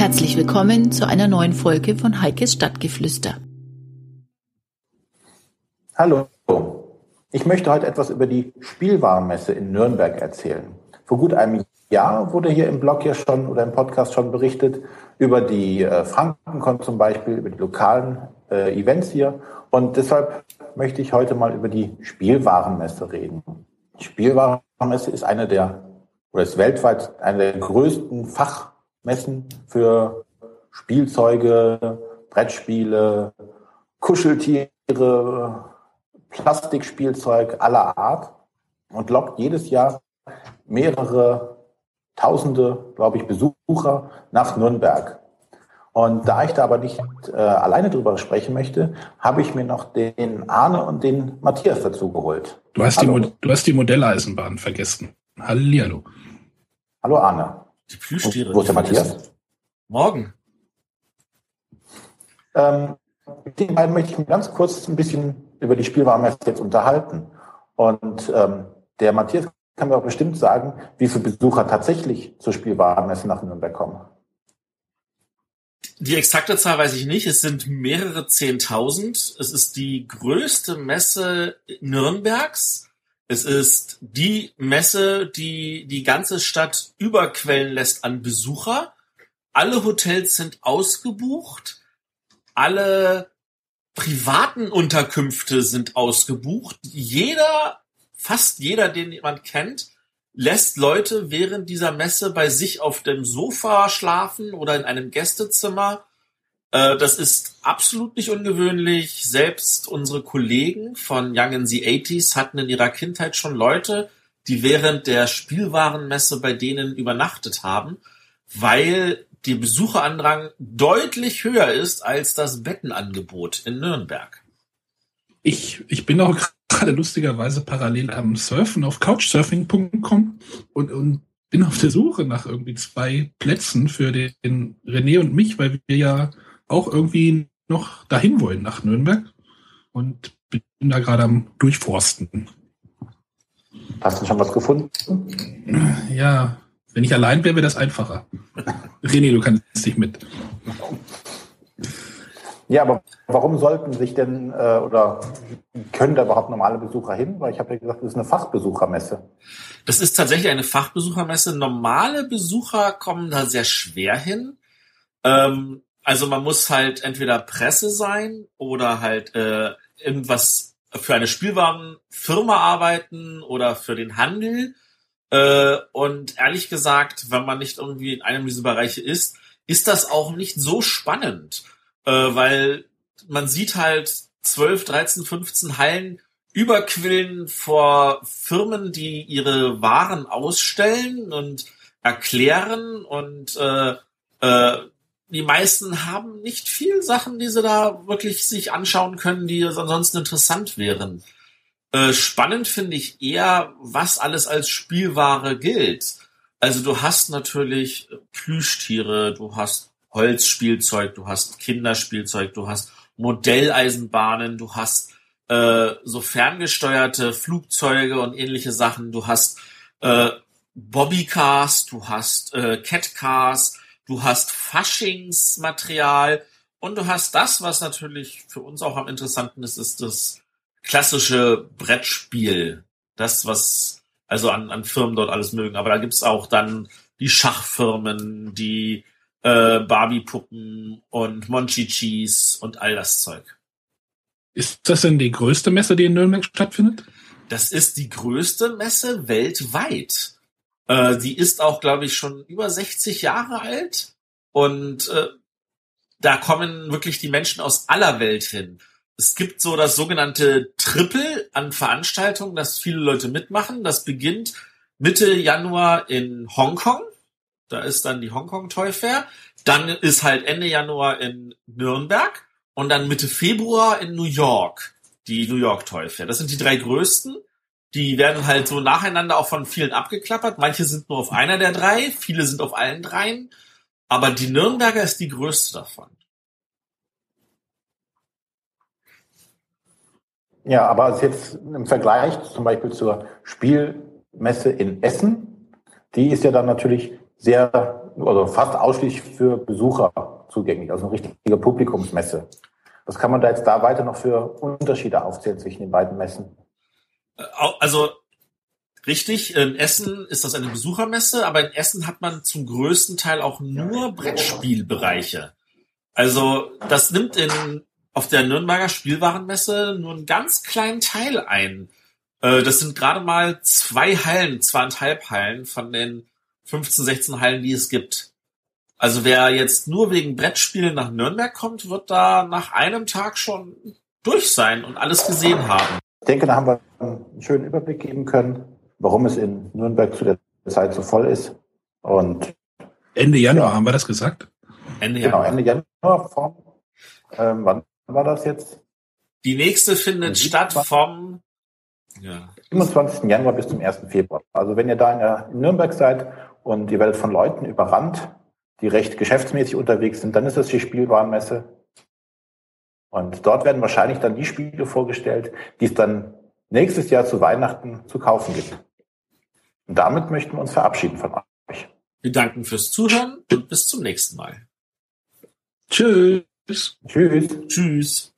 Herzlich willkommen zu einer neuen Folge von Heikes Stadtgeflüster. Hallo, ich möchte heute etwas über die Spielwarenmesse in Nürnberg erzählen. Vor gut einem Jahr wurde hier im Blog ja schon oder im Podcast schon berichtet über die Frankencon zum Beispiel, über die lokalen Events hier. Und deshalb möchte ich heute mal über die Spielwarenmesse reden. Die Spielwarenmesse ist ist weltweit eine der größten Fachmessen für Spielzeuge, Brettspiele, Kuscheltiere, Plastikspielzeug aller Art und lockt jedes Jahr mehrere Tausende, glaube ich, Besucher nach Nürnberg. Und da ich da aber nicht alleine drüber sprechen möchte, habe ich mir noch den Arne und den Matthias dazu geholt. Du hast die Modelleisenbahn vergessen. Hallihallo. Hallo Arne. Die Plüschtiere. Wo ist der Matthias? Morgen. Mit den beiden möchte ich mich ganz kurz ein bisschen über die Spielwarenmesse jetzt unterhalten. Und der Matthias kann mir auch bestimmt sagen, wie viele Besucher tatsächlich zur Spielwarenmesse nach Nürnberg kommen. Die exakte Zahl weiß ich nicht. Es sind mehrere 10.000. Es ist die größte Messe Nürnbergs. Es ist die Messe, die die ganze Stadt überquellen lässt an Besucher. Alle Hotels sind ausgebucht. Alle privaten Unterkünfte sind ausgebucht. Fast jeder, den man kennt, lässt Leute während dieser Messe bei sich auf dem Sofa schlafen oder in einem Gästezimmer. Das ist absolut nicht ungewöhnlich. Selbst unsere Kollegen von Young in the 80s hatten in ihrer Kindheit schon Leute, die während der Spielwarenmesse bei denen übernachtet haben, weil der Besucherandrang deutlich höher ist als das Bettenangebot in Nürnberg. Ich bin auch gerade lustigerweise parallel am Surfen auf couchsurfing.com und bin auf der Suche nach irgendwie 2 Plätzen für den René und mich, weil wir ja auch irgendwie noch dahin wollen nach Nürnberg und bin da gerade am Durchforsten. Hast du schon was gefunden? Ja, wenn ich allein wäre, wäre das einfacher. René, du kannst nicht mit. Ja, aber warum sollten sich denn oder können da überhaupt normale Besucher hin? Weil ich habe ja gesagt, das ist eine Fachbesuchermesse. Das ist tatsächlich eine Fachbesuchermesse. Normale Besucher kommen da sehr schwer hin. Also man muss halt entweder Presse sein oder halt irgendwas für eine Spielwarenfirma arbeiten oder für den Handel. Und ehrlich gesagt, wenn man nicht irgendwie in einem dieser Bereiche ist das auch nicht so spannend, weil man sieht halt 12, 13, 15 Hallen überquillen vor Firmen, die ihre Waren ausstellen und erklären und die meisten haben nicht viel Sachen, die sie da wirklich sich anschauen können, die ansonsten interessant wären. Spannend finde ich eher, was alles als Spielware gilt. Also du hast natürlich Plüschtiere, du hast Holzspielzeug, du hast Kinderspielzeug, du hast Modelleisenbahnen, du hast so ferngesteuerte Flugzeuge und ähnliche Sachen, du hast Bobbycars, du hast Catcars, du hast Faschingsmaterial und du hast das, was natürlich für uns auch am interessanten ist das klassische Brettspiel. Das, was also an Firmen dort alles mögen. Aber da gibt's auch dann die Schachfirmen, die Barbie-Puppen und Monchichis und all das Zeug. Ist das denn die größte Messe, die in Nürnberg stattfindet? Das ist die größte Messe weltweit. Die ist auch, glaube ich, schon über 60 Jahre alt. Und da kommen wirklich die Menschen aus aller Welt hin. Es gibt so das sogenannte Triple an Veranstaltungen, dass viele Leute mitmachen. Das beginnt Mitte Januar in Hongkong. Da ist dann die Hongkong Toy Fair. Dann ist halt Ende Januar in Nürnberg. Und dann Mitte Februar in New York die New York Toy Fair. Das sind die 3 größten. Die werden halt so nacheinander auch von vielen abgeklappert. Manche sind nur auf einer der 3, viele sind auf allen 3. Aber die Nürnberger ist die größte davon. Ja, aber also jetzt im Vergleich zum Beispiel zur Spielmesse in Essen, die ist ja dann natürlich sehr also fast ausschließlich für Besucher zugänglich, also eine richtige Publikumsmesse. Was kann man da jetzt da weiter noch für Unterschiede aufzählen zwischen den beiden Messen? Also richtig, in Essen ist das eine Besuchermesse, aber in Essen hat man zum größten Teil auch nur Brettspielbereiche. Also das nimmt auf der Nürnberger Spielwarenmesse nur einen ganz kleinen Teil ein. Das sind gerade mal 2,5 Hallen von den 15, 16 Hallen, die es gibt. Also wer jetzt nur wegen Brettspielen nach Nürnberg kommt, wird da nach einem Tag schon durch sein und alles gesehen haben. Ich denke, da haben wir einen schönen Überblick geben können, warum es in Nürnberg zu der Zeit so voll ist. Und Ende Januar haben wir das gesagt? Ende Januar. Wann war das jetzt? Die nächste findet statt vom 27. Januar bis zum 1. Februar. Also wenn ihr da in Nürnberg seid und ihr werdet von Leuten überrannt, die recht geschäftsmäßig unterwegs sind, dann ist das die Spielwarenmesse. Und dort werden wahrscheinlich dann die Spiele vorgestellt, die es dann nächstes Jahr zu Weihnachten zu kaufen gibt. Und damit möchten wir uns verabschieden von euch. Wir danken fürs Zuhören und bis zum nächsten Mal. Tschüss. Tschüss. Tschüss.